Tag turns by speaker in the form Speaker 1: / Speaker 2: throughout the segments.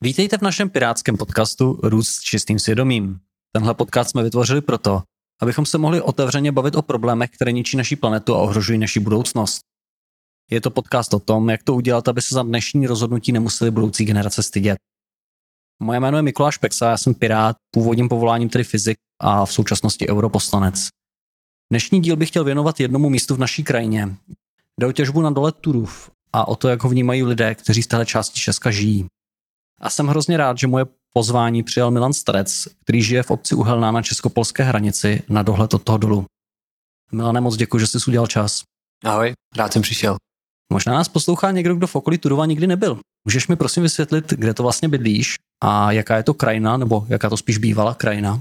Speaker 1: Vítejte v našem pirátském podcastu Růst s čistým svědomím. Tenhle podcast jsme vytvořili proto, abychom se mohli otevřeně bavit o problémech, které ničí naši planetu a ohrožují naši budoucnost. Je to podcast o tom, jak to udělat, aby se za dnešní rozhodnutí nemuseli budoucí generace stydět. Moje jméno je Mikuláš Peksa, já jsem pirát, původním povoláním tedy fyzik a v současnosti europoslanec. Dnešní díl bych chtěl věnovat jednomu místu v naší krajině. Jde o těžbu na dole Turów a o to, jak ho vnímají lidé, kteří z téhle části Česka žijí. A jsem hrozně rád, že moje pozvání přijal Milan Starec, který žije v obci Uhelná na česko-polské hranici na dohled od toho dolu. Milane, moc děkuji, že jsi udělal čas.
Speaker 2: Ahoj, rád jsem přišel.
Speaker 1: Možná nás poslouchá někdo, kdo v okolí Turova nikdy nebyl. Můžeš mi prosím vysvětlit, kde to vlastně bydlíš a jaká je to krajina, nebo jaká to spíš bývala krajina?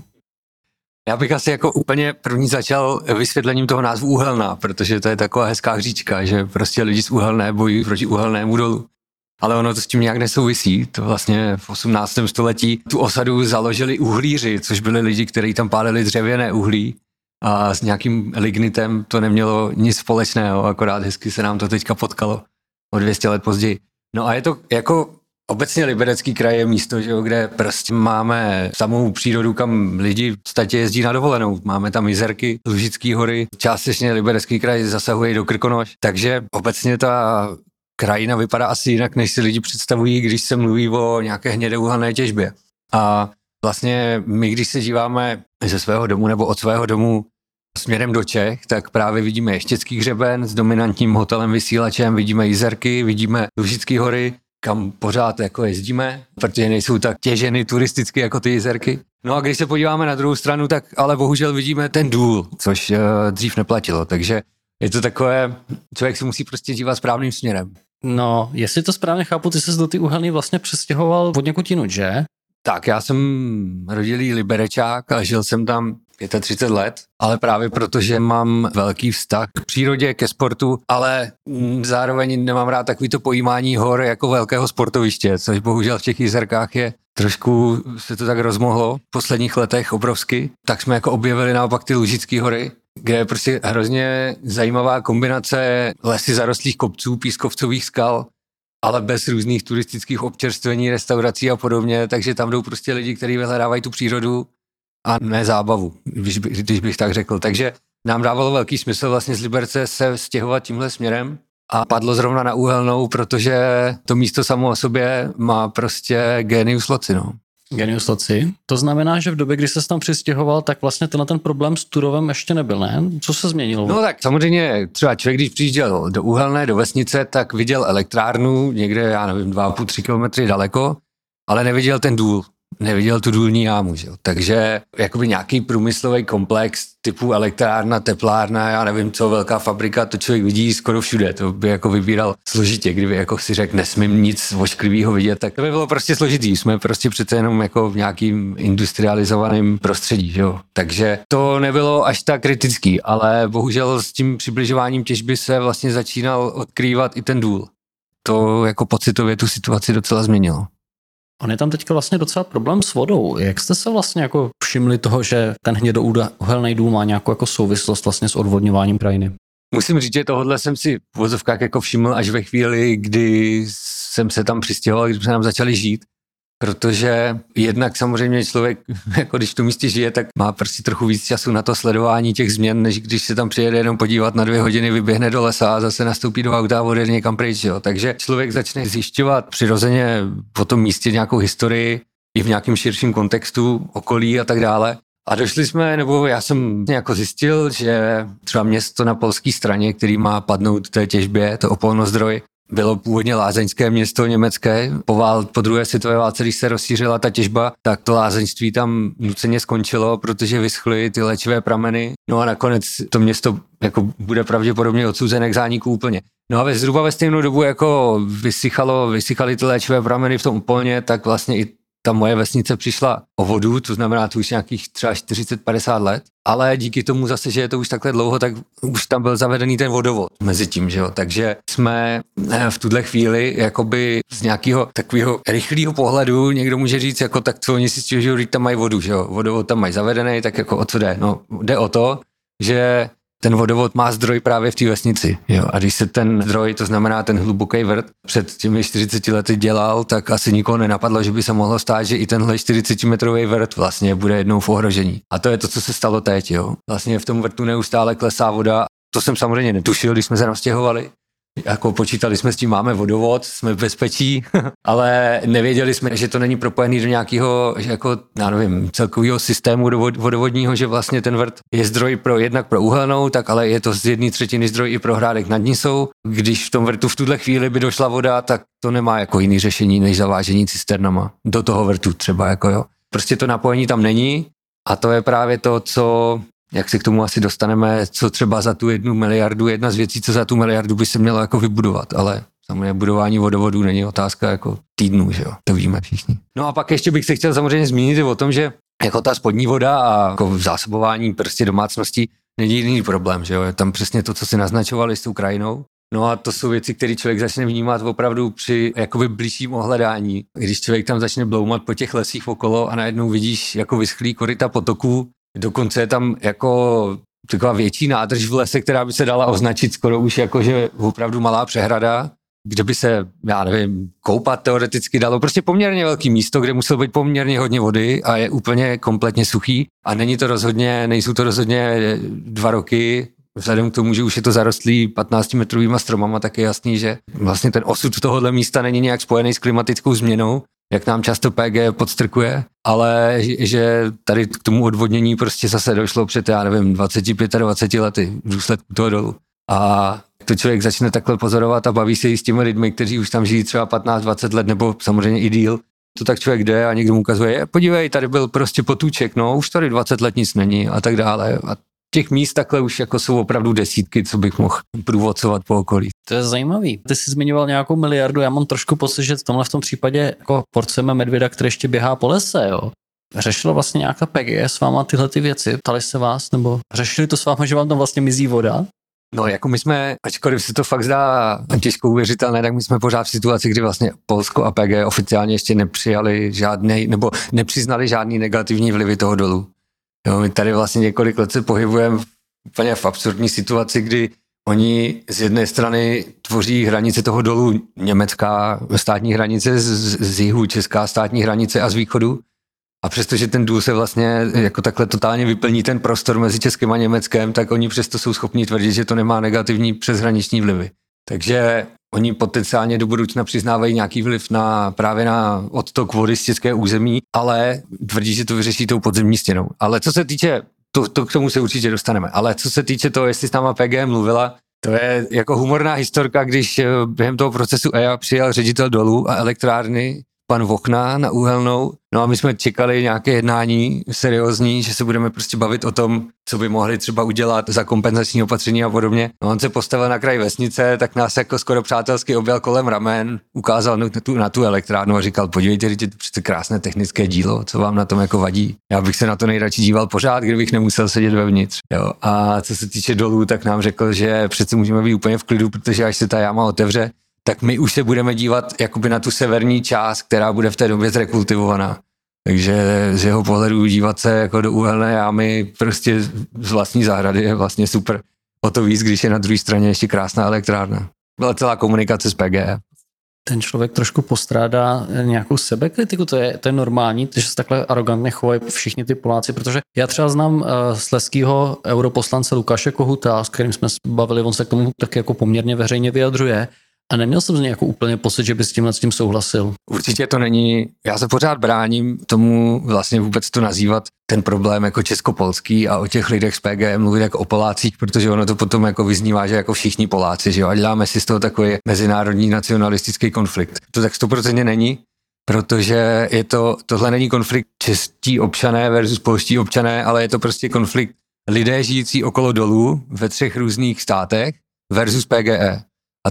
Speaker 2: Já bych asi jako úplně první začal vysvětlením toho názvu Uhelná, protože to je taková hezká hříčka, že prostě lidi z Uhelné bojují proti uhelnému dolu. Ale ono to s tím nějak nesouvisí. To vlastně v 18. století tu osadu založili uhlíři, což byli lidi, kteří tam pálili dřevěné uhlí a s nějakým lignitem to nemělo nic společného, akorát hezky se nám to teďka potkalo o 200 let později. No a je to jako obecně Liberecký kraj je místo, že jo, kde prostě máme samou přírodu, kam lidi v podstatě jezdí na dovolenou. Máme tam jezerky, Lužické hory, částečně Liberecký kraj zasahuje do Krkonoš, takže obecně ta krajina vypadá asi jinak, než si lidi představují, když se mluví o nějaké hnědé uhelné těžbě. A vlastně my, když se díváme ze svého domu nebo od svého domu směrem do Čech, tak právě vidíme Ještědský hřeben s dominantním hotelem Vysílačem, vidíme jezerky, vidíme Lužické hory, kam pořád jako jezdíme, protože nejsou tak těženy turisticky jako ty jezerky. No a když se podíváme na druhou stranu, tak ale bohužel vidíme ten důl, což dřív neplatilo, takže je to takové, člověk se musí prostě dívat správným směrem.
Speaker 1: No, jestli to správně chápu, ty ses do ty Uhelný vlastně přestěhoval od někud jinut, že?
Speaker 2: Tak, já jsem rodilý Liberečák a žil jsem tam 35 let, ale právě protože mám velký vztah k přírodě, ke sportu, ale zároveň nemám rád takovýto pojímání hor jako velkého sportoviště, což bohužel v těch jezerkách je trošku, se to tak rozmohlo v posledních letech obrovsky, tak jsme jako objevili naopak ty Lužické hory, kde je prostě hrozně zajímavá kombinace lesy zarostlých kopců, pískovcových skal, ale bez různých turistických občerstvení, restaurací a podobně, takže tam jdou prostě lidi, kteří vyhledávají tu přírodu a ne zábavu, když bych tak řekl. Takže nám dávalo velký smysl vlastně z Liberce se stěhovat tímhle směrem a padlo zrovna na Uhelnou, protože to místo samo o sobě má prostě genius loci, no.
Speaker 1: Genius loci. To znamená, že v době, kdy ses tam přistěhoval, tak vlastně ten problém s Turovem ještě nebyl, ne? Co se změnilo?
Speaker 2: No tak samozřejmě třeba člověk, když přijížděl do Uhelné, do vesnice, tak viděl elektrárnu někde, já nevím, 2,5-3 kilometry daleko, ale neviděl ten důl. Neviděl tu důlní jámu, že jo. Takže jakoby nějaký průmyslový komplex typu elektrárna, teplárna, já nevím co, velká fabrika, to člověk vidí skoro všude. To by jako vybíral složitě, kdyby jako si řekl, nesmím nic ošklivého vidět, tak to by bylo prostě složitý. Jsme prostě přece jenom jako v nějakým industrializovaném prostředí, že jo. Takže to nebylo až tak kritický, ale bohužel s tím přibližováním těžby se vlastně začínal odkrývat i ten důl. To jako pocitově tu situaci docela změnilo.
Speaker 1: On je tam teďka vlastně docela problém s vodou. Jak jste se vlastně jako všimli toho, že ten hnědouhelný důl má nějakou jako souvislost vlastně s odvodňováním krajiny?
Speaker 2: Musím říct, že tohle jsem si v vozovkách jako všiml až ve chvíli, kdy jsem se tam přistěhoval, když jsme tam začali žít. Protože jednak samozřejmě člověk, jako když v tom místě žije, tak má prostě trochu víc času na to sledování těch změn, než když se tam přijede jenom podívat na 2 hodiny, vyběhne do lesa a zase nastoupí do auta a odjede někam pryč. Jo. Takže člověk začne zjišťovat přirozeně po tom místě nějakou historii i v nějakém širším kontextu, okolí a tak dále. A došli jsme, nebo já jsem jako zjistil, že třeba město na polské straně, který má padnout té těžbě, to Opolnozdroj, bylo původně lázeňské město německé. Po druhé světové válce, když se rozšířila ta těžba, tak to lázeňství tam nuceně skončilo, protože vyschly ty léčivé prameny. No a nakonec to město jako bude pravděpodobně odsouzené k zániku úplně. No a zhruba ve stejnou dobu jako vysychaly ty léčivé prameny v tom Opolně, tak vlastně i ta moje vesnice přišla o vodu, to znamená tu už nějakých třeba 40-50 let, ale díky tomu zase, že je to už takhle dlouho, tak už tam byl zavedený ten vodovod mezi tím, že jo. Takže jsme v tuhle chvíli jakoby z nějakého takového rychlého pohledu někdo může říct, jako tak co oni si stěžují, že tam mají vodu, že jo. Vodovod tam mají zavedený, tak jako o co jde? No jde o to, že ten vodovod má zdroj právě v té vesnici. Jo? A když se ten zdroj, to znamená ten hluboký vrt, před těmi 40 lety dělal, tak asi nikoho nenapadlo, že by se mohlo stát, že i tenhle 40-metrový vrt vlastně bude jednou v ohrožení. A to je to, co se stalo teď. Jo? Vlastně v tom vrtu neustále klesá voda. To jsem samozřejmě netušil, když jsme se nastěhovali. Jako počítali jsme s tím, máme vodovod, jsme v bezpečí, ale nevěděli jsme, že to není propojený do nějakého, jako, já nevím, celkového systému vodovodního, že vlastně ten vrt je zdroj jednak pro uhelnou, tak ale je to z 1/3 zdroj i pro Hrádek nad Nisou. Když v tom vrtu v tuhle chvíli by došla voda, tak to nemá jako jiný řešení než zavážení cisternama do toho vrtu třeba, jako jo. Prostě to napojení tam není a to je právě to, co jak se k tomu asi dostaneme, co třeba za tu 1 miliardu, jedna z věcí, co za tu miliardu by se mělo jako vybudovat, ale samozřejmě budování vodovodů není otázka jako týdnů, že jo, to víme všichni. No a pak ještě bych se chtěl samozřejmě zmínit o tom, že jako ta spodní voda a jako zásobování prostě domácností není jediný problém, že jo, je tam přesně to, co si naznačovali s tou krajinou. No a to jsou věci, které člověk začne vnímat opravdu při jakoby blížším ohledání. Když člověk tam začne bloumat po těch lesích okolo a najednou vidíš jako vyschlý koryta potoků. Dokonce je tam jako taková větší nádrž v lese, která by se dala označit skoro už jako, že opravdu malá přehrada, kde by se, já nevím, koupat teoreticky dalo. Prostě poměrně velký místo, kde muselo být poměrně hodně vody a je úplně kompletně suchý. A nejsou to rozhodně 2 roky, vzhledem k tomu, že už je to zarostlý 15metrovýma stromama, tak je jasný, že vlastně ten osud tohohle místa není nějak spojený s klimatickou změnou, jak nám často PG podstrkuje, ale že tady k tomu odvodnění prostě zase došlo před, já nevím, 25 lety v důsledku toho dolu. A to člověk začne takhle pozorovat a baví se i s těmi lidmi, kteří už tam žijí třeba 15-20 let nebo samozřejmě i díl. To tak člověk jde a někdo mu ukazuje, podívej, tady byl prostě potůček, no už tady 20 let nic není a tak dále. A těch míst takhle už jako jsou opravdu desítky, co bych mohl průvodcovat po okolí.
Speaker 1: To je zajímavý. Ty jsi zmiňoval nějakou miliardu, já mám trošku pocit, že v tom případě jako porcujeme medvěda, který ještě běhá po lese, jo. Řešilo vlastně nějaká PGE s váma tyhle ty věci? Ptali se vás, nebo řešili to s váma, že vám tam vlastně mizí voda?
Speaker 2: No jako my jsme, ačkoliv se to fakt zdá těžko uvěřitelné, tak my jsme pořád v situaci, kdy vlastně Polsko a PGE oficiálně ještě nepřijali žádný, nebo nepřiznali žádný negativní vlivy toho dolu. Jo, my tady vlastně několik let se pohybujeme úplně v absurdní situaci, kdy oni z jedné strany tvoří hranice toho dolu německá státní hranice, z jihu česká státní hranice a z východu. A přestože ten důl se vlastně jako takhle totálně vyplní ten prostor mezi Českem a Německem, tak oni přesto jsou schopni tvrdit, že to nemá negativní přeshraniční vlivy. Takže oni potenciálně do budoucna přiznávají nějaký vliv právě na odtok vody z české území, ale tvrdí, že to vyřeší tou podzemní stěnou. Ale co se týče, to k tomu se určitě dostaneme, ale co se týče toho, jestli s náma PG mluvila, to je jako humorná historka, když během toho procesu EIA přijel ředitel dolů a elektrárny, pan Vochna na Uhelnou. No a my jsme čekali nějaké jednání seriózní, že se budeme prostě bavit o tom, co by mohli třeba udělat za kompenzační opatření a podobně. No on se postavil na kraj vesnice, tak nás jako skoro přátelsky objel kolem ramen, ukázal na tu elektrárnu a říkal, podívejte, je to přece krásné technické dílo, co vám na tom jako vadí. Já bych se na to nejradši díval pořád, kdybych nemusel sedět vevnitř. Jo. A co se týče dolů, tak nám řekl, že přece můžeme být úplně v klidu, protože až se ta jáma otevře, tak my už se budeme dívat jakoby na tu severní část, která bude v té době zrekultivovaná. Takže z jeho pohledu dívat se jako do uhelné jámy prostě z vlastní zahrady je vlastně super. O to víc, když je na druhé straně ještě krásná elektrárna. Byla celá komunikace s PGE.
Speaker 1: Ten člověk trošku postrádá nějakou sebekritiku, to je normální, že se takhle arrogantně chovají všichni ty Poláci, protože já třeba znám slezského europoslance Lukáše Kohuta, s kterým jsme se bavili, on se k tomu tak jako poměrně veřejně vyjadřuje. A neměl jsem z něj jako úplně pocit, že by s tím souhlasil.
Speaker 2: Určitě to není, já se pořád bráním tomu vlastně vůbec to nazývat ten problém jako českopolský a o těch lidech z PGE mluvit jako o Polácích, protože ono to potom jako vyznívá, že jako všichni Poláci, že jo, a děláme si z toho takový mezinárodní nacionalistický konflikt. To tak 100% není, protože tohle není konflikt čeští občané versus polští občané, ale je to prostě konflikt lidé žijící okolo dolů ve 3 různých státech versus PGE. A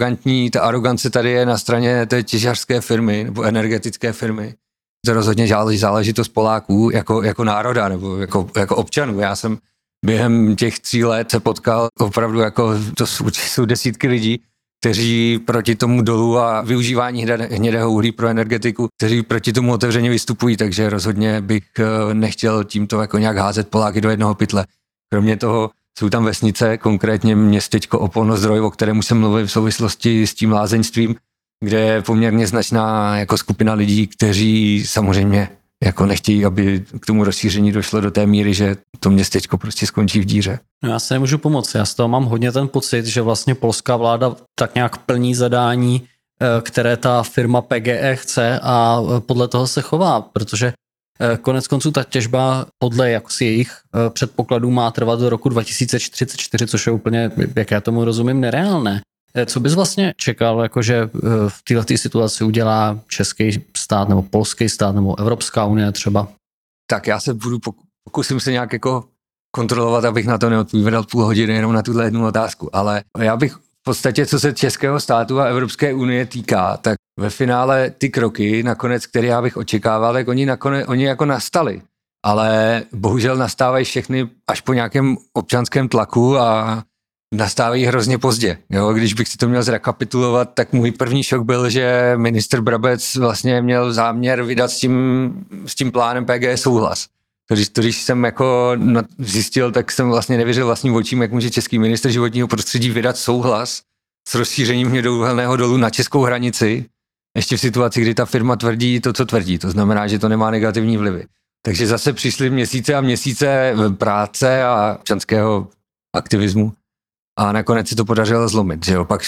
Speaker 2: ta arogance tady je na straně té těžařské firmy nebo energetické firmy. To rozhodně záležitost Poláků jako národa nebo jako občanů. Já jsem během těch 3 let se potkal opravdu to jsou desítky lidí, kteří proti tomu dolu a využívání hnědého uhlí pro energetiku, kteří proti tomu otevřeně vystupují, takže rozhodně bych nechtěl tímto jako nějak házet Poláky do jednoho pytle. Kromě toho Jsou tam vesnice, konkrétně městečko Opolnozdroj, o kterém jsem mluvil v souvislosti s tím lázeňstvím, kde je poměrně značná jako skupina lidí, kteří samozřejmě jako nechtějí, aby k tomu rozšíření došlo do té míry, že to městečko prostě skončí v díře.
Speaker 1: No já se nemůžu pomoct, já z toho mám hodně ten pocit, že vlastně polská vláda tak nějak plní zadání, které ta firma PGE chce a podle toho se chová, protože konec konců ta těžba podle jaksi jejich předpokladů má trvat do roku 2044, což je úplně, jak já tomu rozumím, nereálné. Co bys vlastně čekal, jakože v této situaci udělá český stát nebo polský stát nebo Evropská unie třeba?
Speaker 2: Tak já se pokusím se nějak jako kontrolovat, abych na to neodpovídal půl hodiny jenom na tuhle jednu otázku, ale já bych v podstatě, co se českého státu a Evropské unie týká, tak ve finále ty kroky nakonec, které já bych očekával, tak oni jako nastali. Ale bohužel nastávají všechny až po nějakém občanském tlaku a nastávají hrozně pozdě. Jo? Když bych si to měl zrekapitulovat, tak můj první šok byl, že ministr Brabec vlastně měl záměr vydat s tím plánem PGE souhlas. Když jsem jako zjistil, tak jsem vlastně nevěřil vlastním očím, jak může český ministr životního prostředí vydat souhlas s rozšířením hnědouhelného dolu na českou hranici, ještě v situaci, kdy ta firma tvrdí to, co tvrdí. To znamená, že to nemá negativní vlivy. Takže zase přišly měsíce a měsíce práce a občanského aktivismu a nakonec se to podařilo zlomit. Že jo? Pak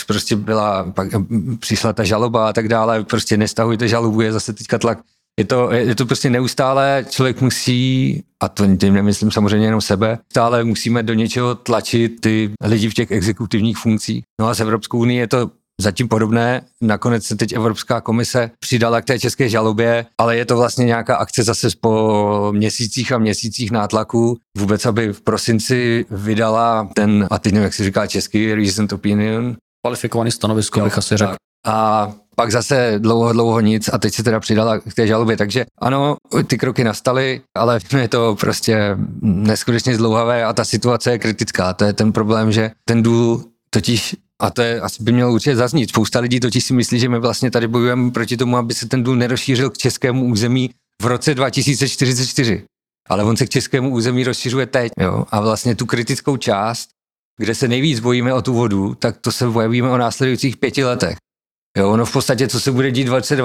Speaker 2: přišla ta žaloba a tak dále, prostě nestahujte žalobu, je zase teďka tlak. Je to prostě neustále, člověk musí, a to tím nemyslím samozřejmě jenom sebe, stále musíme do něčeho tlačit ty lidi v těch exekutivních funkcích. No a s Evropskou unii je to zatím podobné, nakonec se teď Evropská komise přidala k té české žalobě, ale je to vlastně nějaká akce zase po měsících a měsících nátlaku, vůbec aby v prosinci vydala ten, a teď nevím, jak se říká český, reasoned opinion.
Speaker 1: Kvalifikovaný stanovisko, bych asi řekl.
Speaker 2: A pak zase dlouho nic a teď se teda přidala k té žalobě, takže ano, ty kroky nastaly, ale je to prostě neskutečně zdlouhavé a ta situace je kritická. To je ten problém, že ten důl totiž, a to je, asi by mělo určitě zaznít, spousta lidí totiž si myslí, že my vlastně tady bojujeme proti tomu, aby se ten důl nerozšířil k českému území v roce 2044. Ale on se k českému území rozšiřuje teď, jo? A vlastně tu kritickou část, kde se nejvíc bojíme o tu vodu, tak to se bojíme o následujících 5 letech. Jo, ono v podstatě, co se bude dít v roce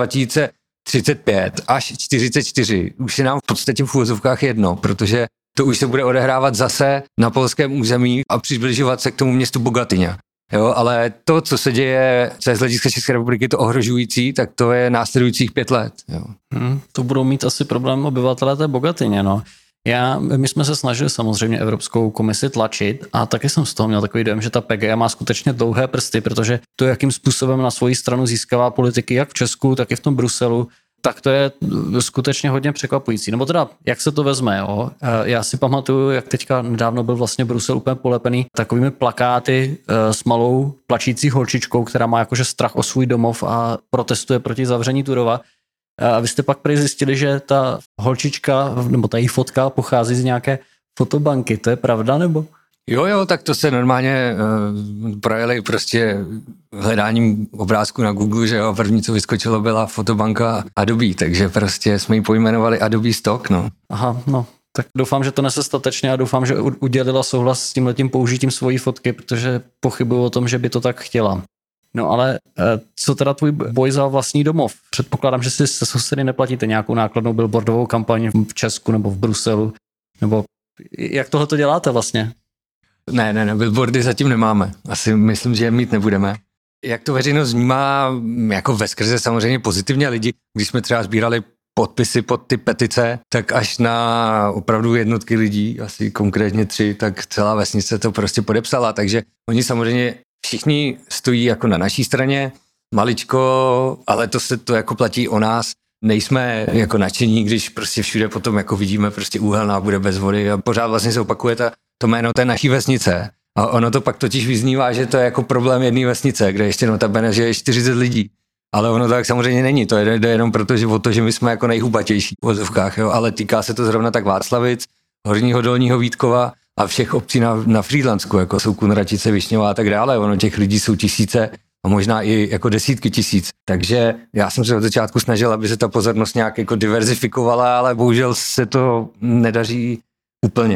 Speaker 2: 2035 až 44, už je nám v podstatě v úvozovkách jedno, protože to už se bude odehrávat zase na polském území a přibližovat se k tomu městu Bogatyně. Jo, ale to, co se děje, co je z hlediska České republiky to ohrožující, tak to je následujících 5 let. Jo.
Speaker 1: To budou mít asi problém obyvatelé té Bogatyně, no. My jsme se snažili samozřejmě Evropskou komisi tlačit a taky jsem z toho měl takový dojem, že ta PGE má skutečně dlouhé prsty, protože to, jakým způsobem na svoji stranu získává politiky jak v Česku, tak i v tom Bruselu, tak to je skutečně hodně překvapující. Nebo teda, jak se to vezme, jo? Já si pamatuju, jak teďka nedávno byl vlastně Brusel úplně polepený takovými plakáty s malou plačící holčičkou, která má jakože strach o svůj domov a protestuje proti zavření Turova. A vy jste pak prý zjistili, že ta holčička, nebo ta její fotka pochází z nějaké fotobanky. To je pravda, nebo?
Speaker 2: Jo, tak to se normálně projeli prostě hledáním obrázku na Google, že jo, první, co vyskočilo, byla fotobanka Adobe, takže prostě jsme ji pojmenovali Adobe Stock, no.
Speaker 1: Aha, no, tak doufám, že to nese statečně a doufám, že udělila souhlas s tímhletím použitím svojí fotky, protože pochybuju o tom, že by to tak chtěla. No ale co teda tvůj boj za vlastní domov? Předpokládám, že si se sousedy neplatíte nějakou nákladnou billboardovou kampaň v Česku nebo v Bruselu, nebo jak tohle to děláte vlastně?
Speaker 2: Ne, billboardy zatím nemáme. Asi myslím, že je mít nebudeme. Jak to veřejnost vnímá, jako veskrze samozřejmě pozitivně lidi, když jsme třeba sbírali podpisy pod ty petice, tak až na opravdu jednotky lidí, asi konkrétně 3, tak celá vesnice to prostě podepsala, takže oni samozřejmě všichni stojí jako na naší straně, maličko, ale to jako platí o nás. Nejsme jako nadšení, když prostě všude potom jako vidíme prostě Úhelná bude bez vody a pořád vlastně se opakuje to jméno té naší vesnice. A ono to pak totiž vyznívá, že to je jako problém jedné vesnice, kde ještě notabene, že je 40 lidí. Ale ono to tak samozřejmě není, to jde jenom o to, že my jsme jako nejhubatější v vozovkách, jo? Ale týká se to zrovna tak Václavic, Horního Dolního Vítkova a všech obcí na Frýdlansku, jako jsou Kunratice, Višňová a tak dále. Ono těch lidí jsou tisíce a možná i jako desítky tisíc. Takže já jsem se od začátku snažil, aby se ta pozornost nějak jako diverzifikovala, ale bohužel se to nedaří úplně.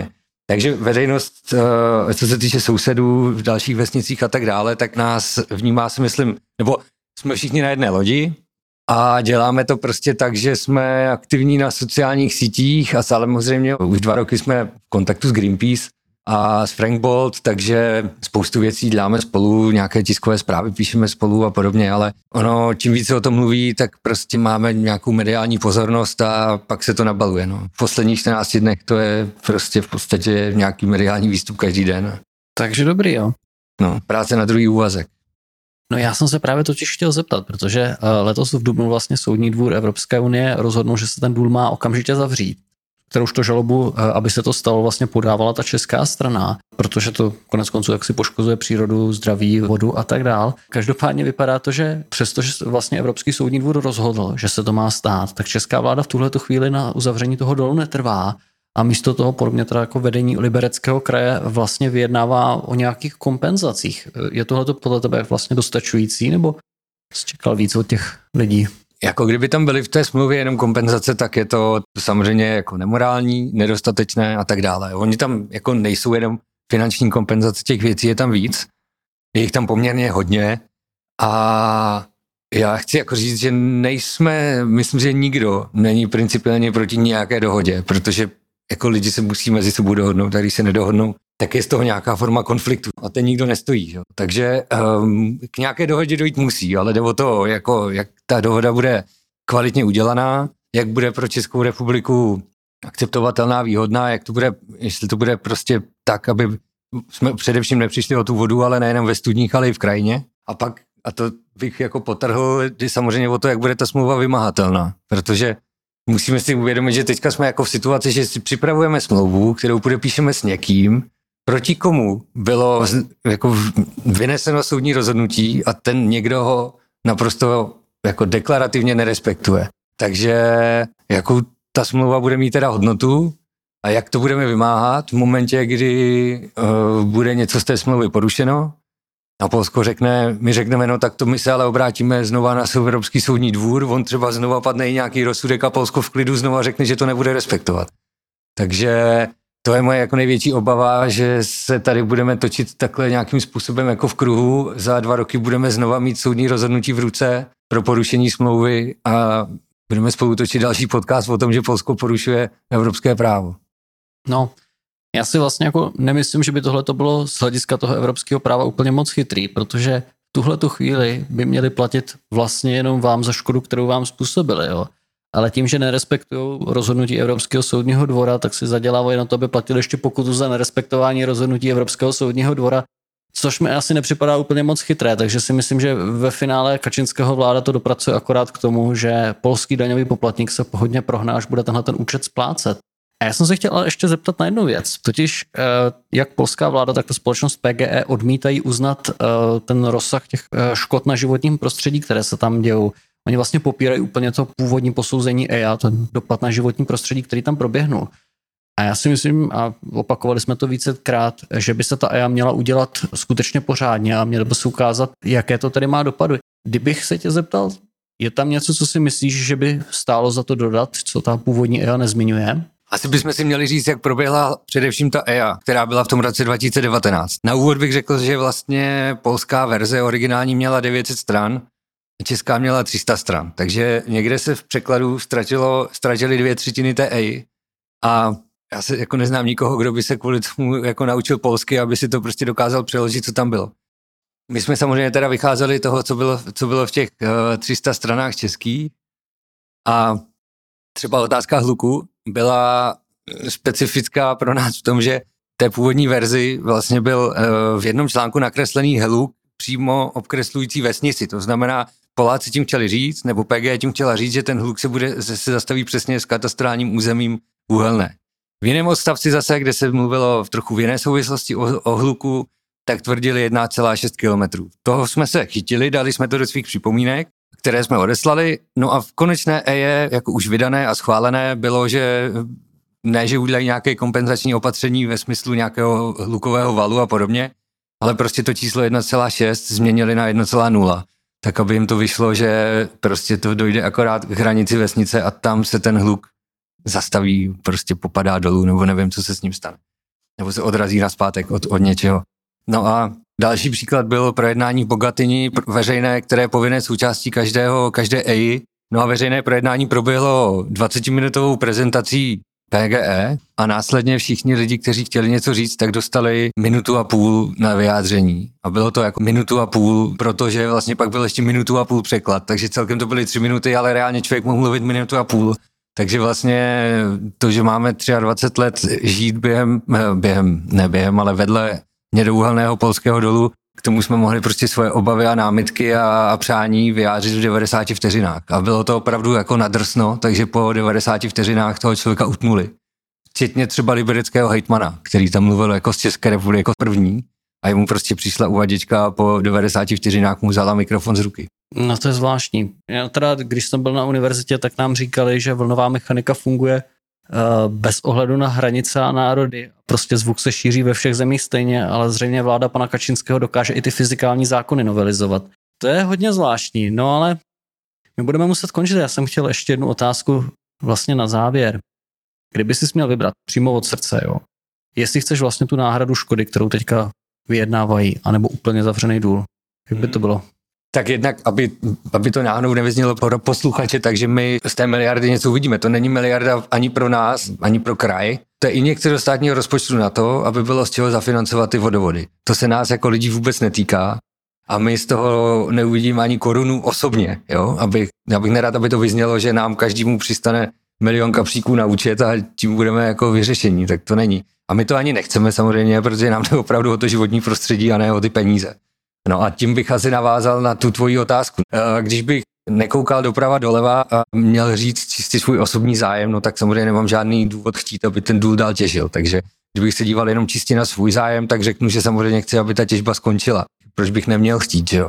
Speaker 2: Takže veřejnost, co se týče sousedů v dalších vesnicích a tak dále, tak nás vnímá, si myslím, nebo jsme všichni na jedné lodi a děláme to prostě tak, že jsme aktivní na sociálních sítích a samozřejmě už 2 roky jsme v kontaktu s Greenpeace a s Frank Bolt, takže spoustu věcí děláme spolu, nějaké tiskové zprávy píšeme spolu a podobně, ale ono, čím více o tom mluví, tak prostě máme nějakou mediální pozornost a pak se to nabaluje. No. V posledních 14 dnech to je prostě v podstatě nějaký mediální výstup každý den.
Speaker 1: Takže dobrý, jo.
Speaker 2: No, práce na druhý úvazek.
Speaker 1: No já jsem se právě totiž chtěl zeptat, protože letos v dubnu vlastně Soudní dvůr Evropské unie rozhodnul, že se ten důl má okamžitě zavřít. Kterouž to žalobu, aby se to stalo, vlastně podávala ta česká strana, protože to konec konců jak si poškozuje přírodu, zdraví, vodu a tak dál. Každopádně vypadá to, že přestože vlastně Evropský soudní dvůr rozhodl, že se to má stát, tak česká vláda v tuhletu chvíli na uzavření toho dolu netrvá a místo toho podobně teda jako vedení Libereckého kraje vlastně vyjednává o nějakých kompenzacích. Je tohleto podle tebe vlastně dostačující, nebo jsi čekal víc od těch lidí?
Speaker 2: Jako kdyby tam byly v té smlouvě jenom kompenzace, tak je to samozřejmě jako nemorální, nedostatečné a tak dále. Oni tam jako nejsou jenom finanční kompenzace, těch věcí je tam víc, je jich tam poměrně hodně a já chci jako říct, že myslím, že nikdo není principiálně proti nějaké dohodě, protože jako lidi se musí mezi sebou dohodnout a když se nedohodnou, tak je z toho nějaká forma konfliktu a ten nikdo nestojí. Jo. Takže k nějaké dohodě dojít musí, ale jde o to, jako, jak ta dohoda bude kvalitně udělaná, jak bude pro Českou republiku akceptovatelná, výhodná, jak to bude, jestli to bude prostě tak, aby jsme především nepřišli o tu vodu, ale nejenom ve studních, ale i v krajině. A pak, a to bych jako potrhl, jde samozřejmě o to, jak bude ta smlouva vymahatelná, protože musíme si uvědomit, že teďka jsme jako v situaci, že si připravujeme smlouvu, kterou podepíšeme s někým, proti komu bylo jako vyneseno soudní rozhodnutí a ten někdo ho naprosto jako deklarativně nerespektuje. Takže jako ta smlouva bude mít teda hodnotu a jak to budeme vymáhat v momentě, kdy bude něco z té smlouvy porušeno a Polsko my řekneme, no tak to my se ale obrátíme znova na Evropský soudní dvůr, on třeba znova padne i nějaký rozsudek a Polsko v klidu znova řekne, že to nebude respektovat. Takže to je moje jako největší obava, že se tady budeme točit takhle nějakým způsobem jako v kruhu. Za 2 roky budeme znova mít soudní rozhodnutí v ruce pro porušení smlouvy a budeme spolu točit další podcast o tom, že Polsko porušuje evropské právo.
Speaker 1: No, já si vlastně jako nemyslím, že by tohle to bylo z hlediska toho evropského práva úplně moc chytrý, protože v tuhletu chvíli by měli platit vlastně jenom vám za škodu, kterou vám způsobili, jo. Ale tím, že nerespektují rozhodnutí Evropského soudního dvora, tak si zadělávají na to, aby platili ještě pokutu za nerespektování rozhodnutí Evropského soudního dvora, což mi asi nepřipadá úplně moc chytré, takže si myslím, že ve finále Kačinského vláda to dopracuje akorát k tomu, že polský daňový poplatník se hodně prohná, až bude tenhle ten účet splácet. A já jsem se chtěl ale ještě zeptat na jednu věc, totiž jak polská vláda, tak ta společnost PGE odmítají uznat ten rozsah těch škod na životním prostředí, které se tam dějou. Oni vlastně popírají úplně to původní posouzení EIA, ten dopad na životní prostředí, který tam proběhnul. A já si myslím, a opakovali jsme to vícekrát, že by se ta EIA měla udělat skutečně pořádně a měla by se ukázat, jaké to tedy má dopady. Kdybych se tě zeptal, je tam něco, co si myslíš, že by stálo za to dodat, co ta původní EIA nezmiňuje?
Speaker 2: Asi bychom si měli říct, jak proběhla především ta EIA, která byla v tom roce 2019. Na úvod bych řekl, že vlastně polská verze originální měla 900 stran, česká měla 300 stran, takže někde se v překladu ztratili 2/3 té EIA a já se jako neznám nikoho, kdo by se kvůli tomu jako naučil polsky, aby si to prostě dokázal přeložit, co tam bylo. My jsme samozřejmě teda vycházeli toho, co bylo v těch 300 stranách českých a třeba otázka hluku byla specifická pro nás v tom, že té původní verzi vlastně byl v jednom článku nakreslený hluk přímo obkreslující vesnici. To znamená, Poláci tím chtěli říct, nebo PG tím chtěla říct, že ten hluk se zastaví přesně s katastrálním územím Uhelné. V jiném odstavci zase, kde se mluvilo v trochu v jiné souvislosti o hluku, tak tvrdili 1,6 kilometrů. Toho jsme se chytili, dali jsme to do svých připomínek, které jsme odeslali, no a v konečné EIA, jako už vydané a schválené, bylo, že ne, že udělají nějaké kompenzační opatření ve smyslu nějakého hlukového valu a podobně, ale prostě to číslo 1,6 změnili na 1,0, tak aby jim to vyšlo, že prostě to dojde akorát k hranici vesnice a tam se ten hluk zastaví, prostě popadá dolů, nebo nevím, co se s ním stane. nebo se odrazí nazpátek od něčeho. No a další příklad bylo projednání v Bogatyni veřejné, které je povinné součástí každé EI. No a veřejné projednání proběhlo 20-minutovou prezentací PGE a následně všichni lidi, kteří chtěli něco říct, tak dostali 1,5 minuty na vyjádření. A bylo to jako 1,5 minuty, protože vlastně pak byl ještě 1,5 minuty překlad, takže celkem to byly 3 minuty, ale reálně člověk mohl mluvit 1,5 minuty. Takže vlastně to, že máme 23 let žít ale vedle hnědouhelného polského dolu, k tomu jsme mohli prostě svoje obavy a námitky a přání vyjádřit v 90 vteřinách. A bylo to opravdu jako nadrsno, takže po 90 vteřinách toho člověka utnuli. Včetně třeba libereckého hejtmana, který tam mluvil jako z České republiky jako první a jemu prostě přišla uvaděčka a po 90 vteřinách mu vzala mikrofon z ruky.
Speaker 1: No to je zvláštní. Já teda, když jsem byl na univerzitě, tak nám říkali, že vlnová mechanika funguje bez ohledu na hranice a národy. Prostě zvuk se šíří ve všech zemích stejně, ale zřejmě vláda pana Kačinského dokáže i ty fyzikální zákony novelizovat. To je hodně zvláštní, no ale my budeme muset končit. Já jsem chtěl ještě jednu otázku vlastně na závěr. Kdyby jsi měl vybrat přímo od srdce, jo, jestli chceš vlastně tu náhradu škody, kterou teďka vyjednávají, anebo úplně zavřený důl, jak by to bylo?
Speaker 2: Tak jednak, aby to náhodou nevyznělo pro posluchače, takže my z té miliardy něco uvidíme. To není miliarda ani pro nás, ani pro kraj. To je injekce do státního rozpočtu na to, aby bylo z čeho zafinancovat ty vodovody. To se nás jako lidí vůbec netýká a my z toho neuvidíme ani korunu osobně. Jo? Já bych nerad, aby to vyznělo, že nám každému přistane 1 milion kapříků na účet a tím budeme jako vyřešení, tak to není. A my to ani nechceme samozřejmě, protože nám jde opravdu o to životní prostředí a ne o ty peníze. No a tím bych asi navázal na tu tvoji otázku. Když bych nekoukal doprava doleva a měl říct čistě svůj osobní zájem, no tak samozřejmě nemám žádný důvod chtít, aby ten důl dál těžil. Takže kdybych se díval jenom čistě na svůj zájem, tak řeknu, že samozřejmě chci, aby ta těžba skončila. Proč bych neměl chtít, že jo?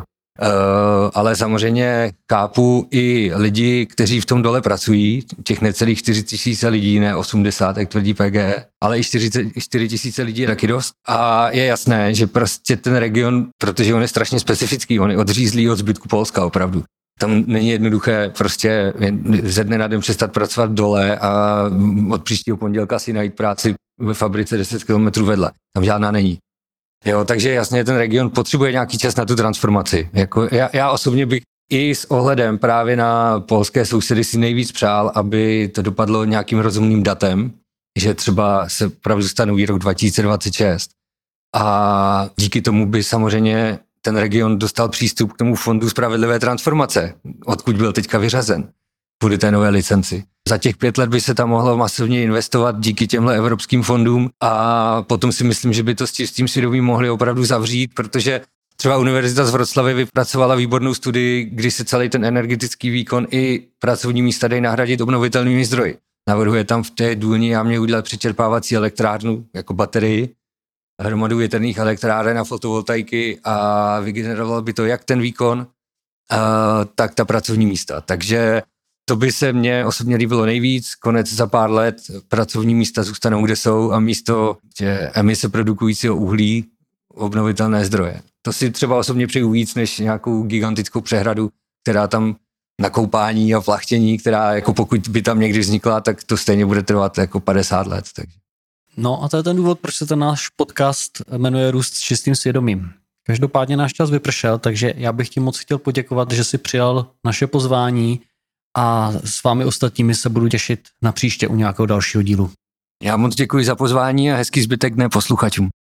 Speaker 2: Ale samozřejmě chápu i lidi, kteří v tom dole pracují, těch necelých 4 000 lidí, ne 80, jak tvrdí PGE, ale i 4 000 lidí je taky dost. A je jasné, že prostě ten region, protože on je strašně specifický, on je odřízlý od zbytku Polska opravdu. Tam není jednoduché prostě ze dne na den přestat pracovat dole a od příštího pondělka si najít práci ve fabrice 10 kilometrů vedle. Tam žádná není. Jo, takže jasně ten region potřebuje nějaký čas na tu transformaci. Jako já osobně bych i s ohledem právě na polské sousedy si nejvíc přál, aby to dopadlo nějakým rozumným datem, že třeba se opravdu stanoví rok 2026 a díky tomu by samozřejmě ten region dostal přístup k tomu fondu spravedlivé transformace, odkud byl teďka vyřazen kvůli té nové licenci. Za těch 5 let by se tam mohlo masivně investovat díky těmhle evropským fondům a potom si myslím, že by to s tím svědomím mohli opravdu zavřít, protože třeba Univerzita z Vroclavy vypracovala výbornou studii, kdy se celý ten energetický výkon i pracovní místa dají nahradit obnovitelnými zdroji. Navrhuje tam v té důlní jámě udělat přečerpávací elektrárnu jako baterii, hromadu větrných elektráren a fotovoltaiky a vygeneroval by to jak ten výkon, tak ta pracovní místa. Takže to by se mně osobně líbilo nejvíc. Konec za pár let pracovní místa zůstanou, kde jsou a místo emise produkujícího uhlí obnovitelné zdroje. To si třeba osobně přeju víc než nějakou gigantickou přehradu, která tam na koupání a plachtění, která jako pokud by tam někdy vznikla, tak to stejně bude trvat jako 50 let. Takže.
Speaker 1: No a to je ten důvod, proč se ten náš podcast jmenuje Růst s čistým svědomím. Každopádně náš čas vypršel, takže já bych ti moc chtěl poděkovat, že jsi přijal naše pozvání a s vámi ostatními se budu těšit na příště u nějakého dalšího dílu.
Speaker 2: Já moc děkuji za pozvání a hezký zbytek dne posluchačům.